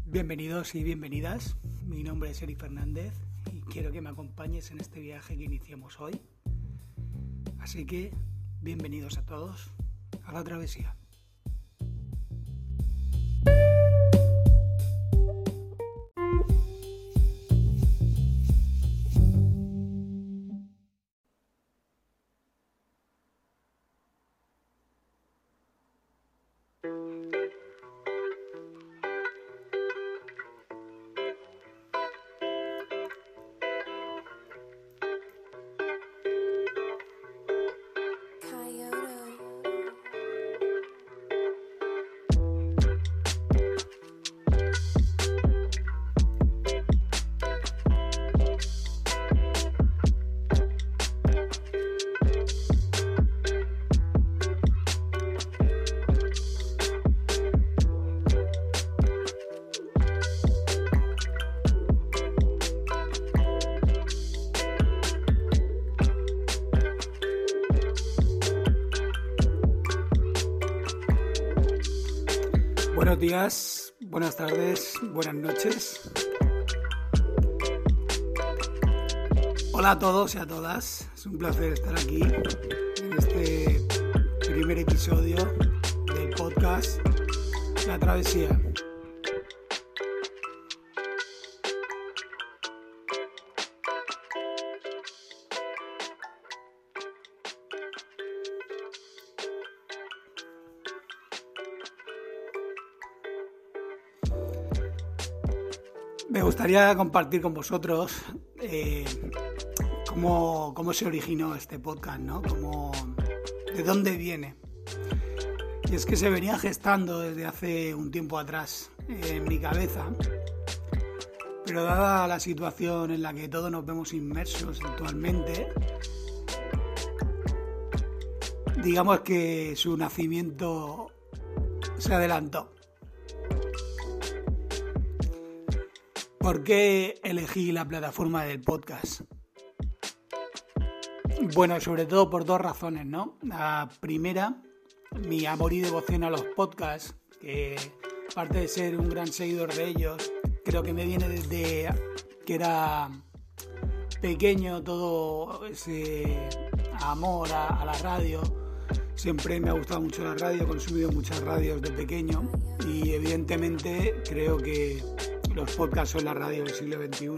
Bienvenidos y bienvenidas, mi nombre es Eric Fernández y quiero que me acompañes en este viaje que iniciamos hoy. Así que, bienvenidos a todos a la travesía. Buenos días, buenas tardes, buenas noches. Hola a todos y a todas. Es un placer estar aquí en este primer episodio del podcast La Travesía. Me gustaría compartir con vosotros cómo se originó este podcast, ¿no? De dónde viene. Y es que se venía gestando desde hace un tiempo atrás en mi cabeza, pero dada la situación en la que todos nos vemos inmersos actualmente, digamos que su nacimiento se adelantó. ¿Por qué elegí la plataforma del podcast? Bueno, sobre todo por dos razones, ¿no? La primera, mi amor y devoción a los podcasts, que aparte de ser un gran seguidor de ellos, creo que me viene desde que era pequeño todo ese amor a la radio. Siempre me ha gustado mucho la radio, he consumido muchas radios de pequeño y evidentemente creo que los podcasts son la radio del siglo XXI.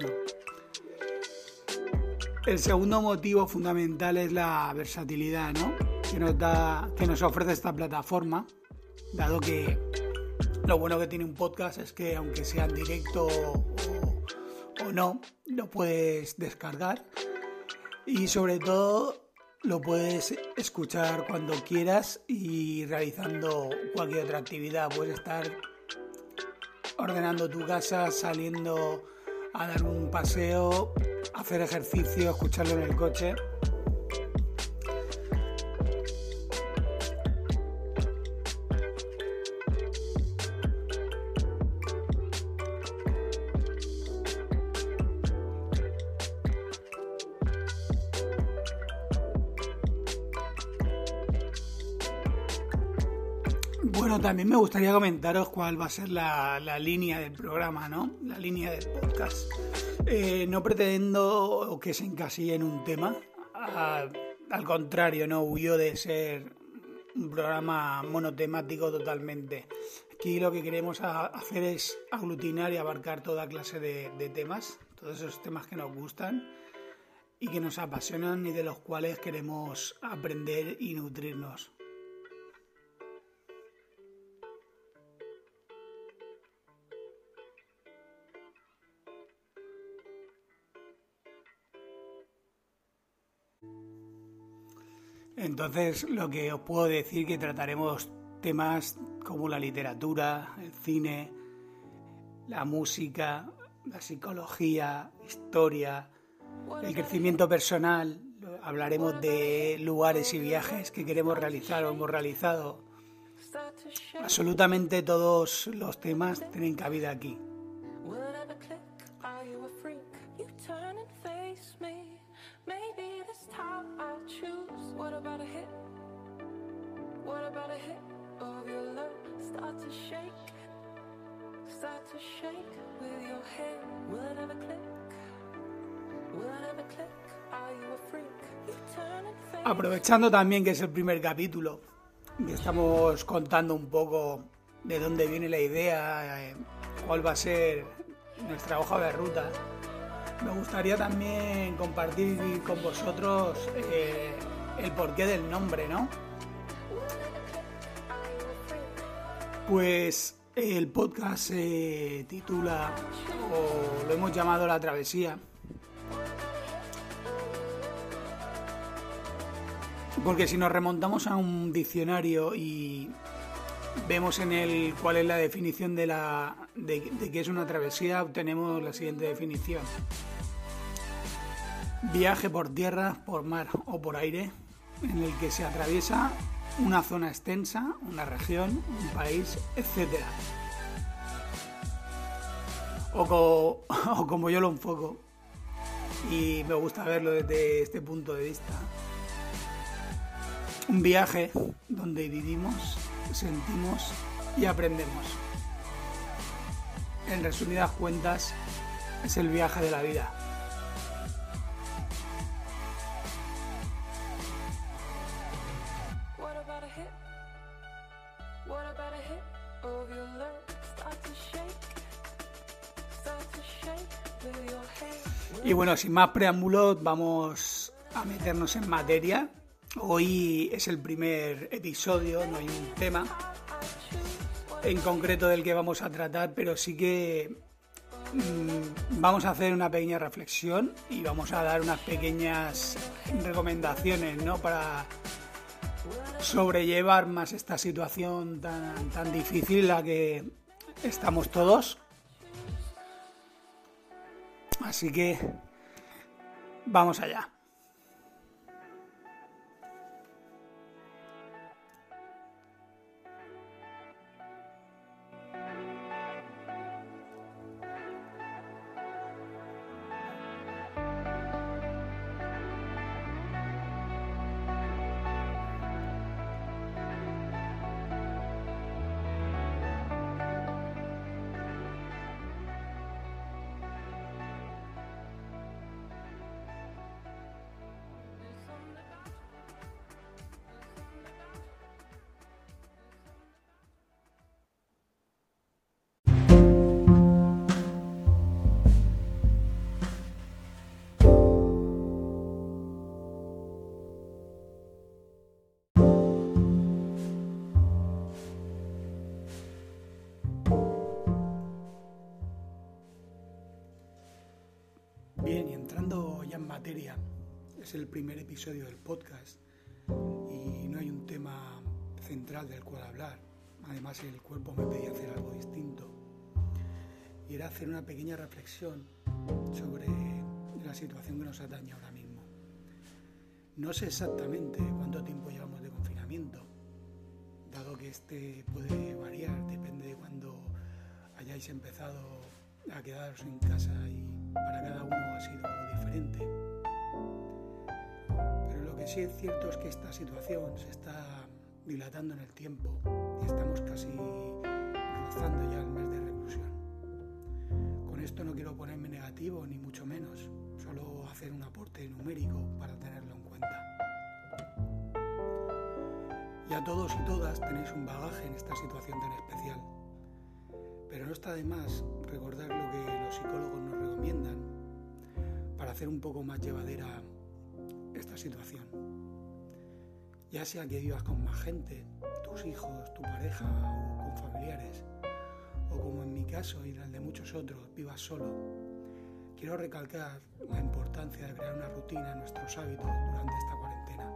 El segundo motivo fundamental es la versatilidad, ¿no? que nos ofrece esta plataforma, dado que lo bueno que tiene un podcast es que aunque sea en directo o no, lo puedes descargar y sobre todo lo puedes escuchar cuando quieras y realizando cualquier otra actividad. Puedes estar ordenando tu casa, saliendo a dar un paseo, hacer ejercicio, escucharlo en el coche. Bueno, también me gustaría comentaros cuál va a ser la línea del programa, ¿no? La línea del podcast. No pretendo que se encasille en un tema. Al contrario, no huyo de ser un programa monotemático totalmente. Aquí lo que queremos hacer es aglutinar y abarcar toda clase de temas, todos esos temas que nos gustan y que nos apasionan y de los cuales queremos aprender y nutrirnos. Entonces, lo que os puedo decir que trataremos temas como la literatura, el cine, la música, la psicología, historia, el crecimiento personal. Hablaremos de lugares y viajes que queremos realizar o hemos realizado. Absolutamente todos los temas tienen cabida aquí. Aprovechando también que es el primer capítulo y estamos contando un poco de dónde viene la idea, cuál va a ser nuestra hoja de ruta, me gustaría también compartir con vosotros el porqué del nombre, ¿no? Pues el podcast se titula, o lo hemos llamado La Travesía, porque si nos remontamos a un diccionario y vemos en él cuál es la definición de qué es una travesía, obtenemos la siguiente definición: viaje por tierra, por mar o por aire en el que se atraviesa una zona extensa, una región, un país, etc. O como yo lo enfoco, y me gusta verlo desde este punto de vista: un viaje donde vivimos, sentimos y aprendemos. En resumidas cuentas, es el viaje de la vida. Y bueno, sin más preámbulos, vamos a meternos en materia. Hoy es el primer episodio, no hay un tema en concreto del que vamos a tratar, pero sí que vamos a hacer una pequeña reflexión y vamos a dar unas pequeñas recomendaciones, ¿no?, para sobrellevar más esta situación tan difícil en la que estamos todos. Así que vamos allá. Bien, y entrando ya en materia, es el primer episodio del podcast y no hay un tema central del cual hablar. Además, el cuerpo me pedía hacer algo distinto y era hacer una pequeña reflexión sobre la situación que nos atañe ahora mismo. No sé exactamente cuánto tiempo llevamos de confinamiento, dado que este puede variar, depende de cuándo hayáis empezado a quedaros en casa y para cada uno ha sido diferente. Pero lo que sí es cierto es que esta situación se está dilatando en el tiempo y estamos casi rozando ya el mes de reclusión. Con esto no quiero ponerme negativo ni mucho menos, solo hacer un aporte numérico para tenerlo en cuenta. Ya todos y todas tenéis un bagaje en esta situación tan especial. Pero no está de más recordar lo que los psicólogos nos recomiendan para hacer un poco más llevadera esta situación. Ya sea que vivas con más gente, tus hijos, tu pareja o con familiares, o como en mi caso y en el de muchos otros, vivas solo, quiero recalcar la importancia de crear una rutina en nuestros hábitos durante esta cuarentena.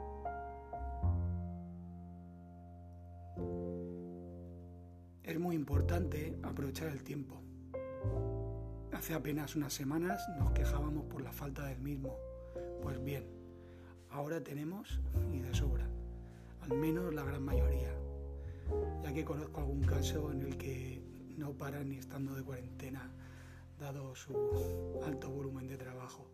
Es muy importante aprovechar el tiempo. Hace apenas unas semanas nos quejábamos por la falta del mismo. Pues bien, ahora tenemos y de sobra, al menos la gran mayoría, ya que conozco algún caso en el que no paran ni estando de cuarentena, dado su alto volumen de trabajo.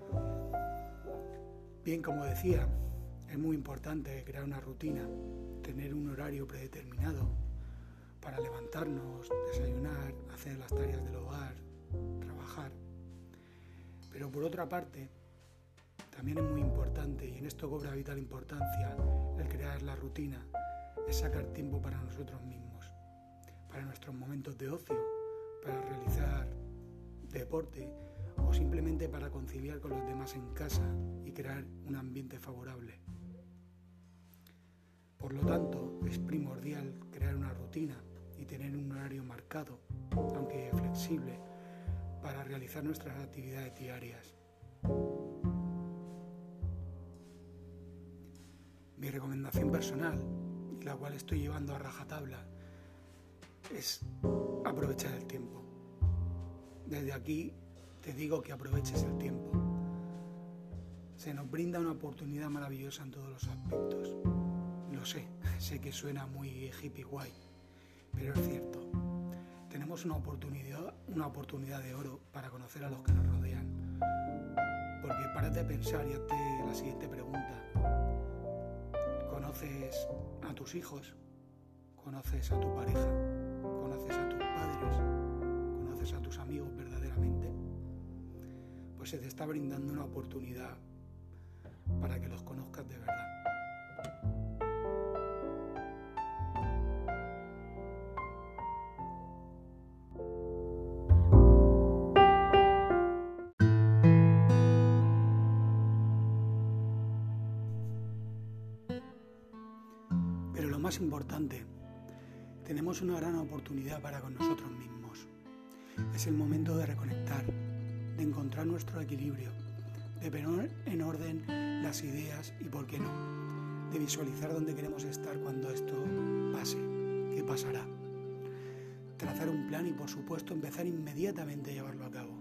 Bien, como decía, es muy importante crear una rutina, tener un horario predeterminado, para levantarnos, desayunar, hacer las tareas del hogar, trabajar. Pero por otra parte, también es muy importante, y en esto cobra vital importancia, el crear la rutina, es sacar tiempo para nosotros mismos, para nuestros momentos de ocio, para realizar deporte o simplemente para conciliar con los demás en casa y crear un ambiente favorable. Por lo tanto, es primordial crear una rutina y tener un horario marcado, aunque flexible, para realizar nuestras actividades diarias. Mi recomendación personal, y la cual estoy llevando a rajatabla, es aprovechar el tiempo. Desde aquí te digo que aproveches el tiempo. Se nos brinda una oportunidad maravillosa en todos los aspectos. Lo sé que suena muy hippie guay, pero es cierto. Tenemos una oportunidad de oro para conocer a los que nos rodean. Porque párate a pensar y hazte la siguiente pregunta. ¿Conoces a tus hijos? ¿Conoces a tu pareja? ¿Conoces a tus padres? ¿Conoces a tus amigos verdaderamente? Pues se te está brindando una oportunidad para que los conozcas de verdad. Pero lo más importante, tenemos una gran oportunidad para con nosotros mismos. Es el momento de reconectar, de encontrar nuestro equilibrio, de poner en orden las ideas y, por qué no, de visualizar dónde queremos estar cuando esto pase, qué pasará. Trazar un plan y, por supuesto, empezar inmediatamente a llevarlo a cabo.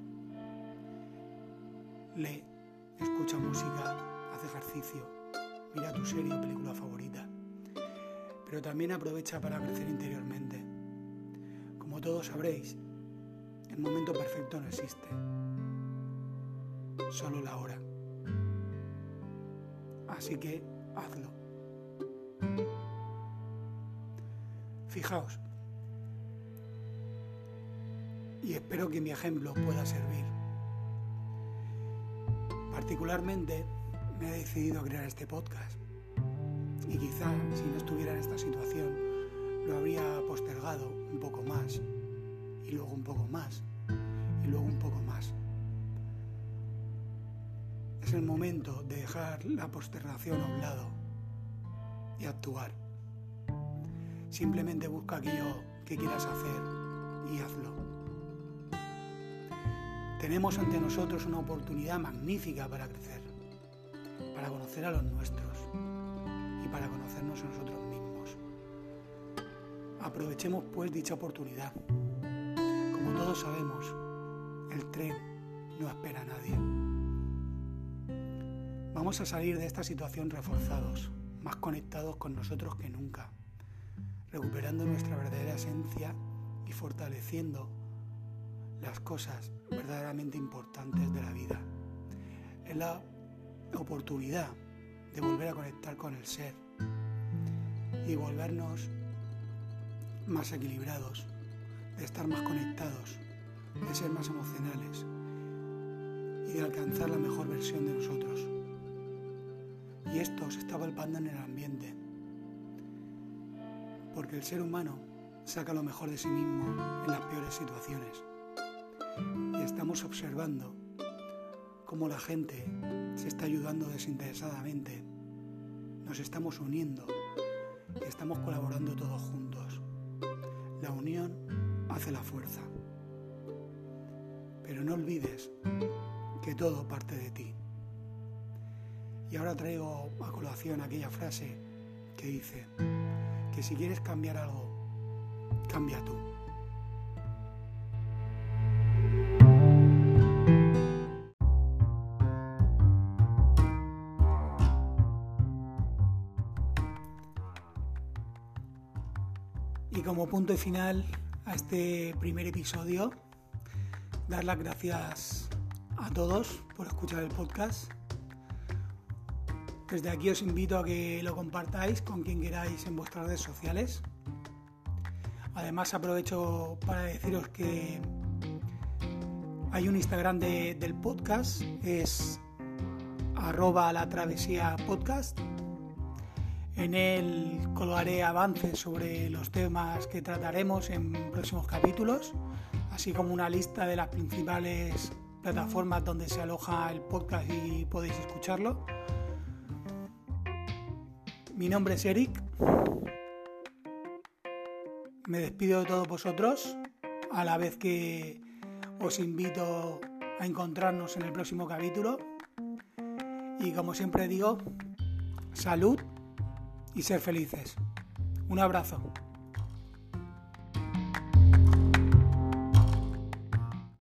Lee, escucha música, haz ejercicio, mira tu serie o película favorita. Pero también aprovecha para crecer interiormente. Como todos sabréis, el momento perfecto no existe, solo la hora. Así que hazlo. Fijaos, y espero que mi ejemplo pueda servir. Particularmente me he decidido a crear este podcast. Y quizá, si no estuviera en esta situación, lo habría postergado un poco más, y luego un poco más, y luego un poco más. Es el momento de dejar la postergación a un lado y actuar. Simplemente busca aquello que quieras hacer y hazlo. Tenemos ante nosotros una oportunidad magnífica para crecer, para conocer a los nuestros y para conocernos a nosotros mismos. Aprovechemos pues dicha oportunidad. Como todos sabemos, el tren no espera a nadie. Vamos a salir de esta situación reforzados, más conectados con nosotros que nunca, recuperando nuestra verdadera esencia y fortaleciendo las cosas verdaderamente importantes de la vida. Es la oportunidad de volver a conectar con el ser y volvernos más equilibrados, de estar más conectados, de ser más emocionales y de alcanzar la mejor versión de nosotros. Y esto se está palpando en el ambiente, porque el ser humano saca lo mejor de sí mismo en las peores situaciones. Y estamos observando cómo la gente se está ayudando desinteresadamente, nos estamos uniendo y estamos colaborando todos juntos. La unión hace la fuerza. Pero no olvides que todo parte de ti. Y ahora traigo a colación aquella frase que dice que si quieres cambiar algo, cambia tú. Y como punto final a este primer episodio, dar las gracias a todos por escuchar el podcast. Desde aquí os invito a que lo compartáis con quien queráis en vuestras redes sociales. Además aprovecho para deciros que hay un Instagram del podcast, es @latravesiapodcast. En él colgaré avances sobre los temas que trataremos en próximos capítulos, así como una lista de las principales plataformas donde se aloja el podcast y podéis escucharlo. Mi nombre es Eric. Me despido de todos vosotros, a la vez que os invito a encontrarnos en el próximo capítulo. Y como siempre digo, salud y ser felices. Un abrazo.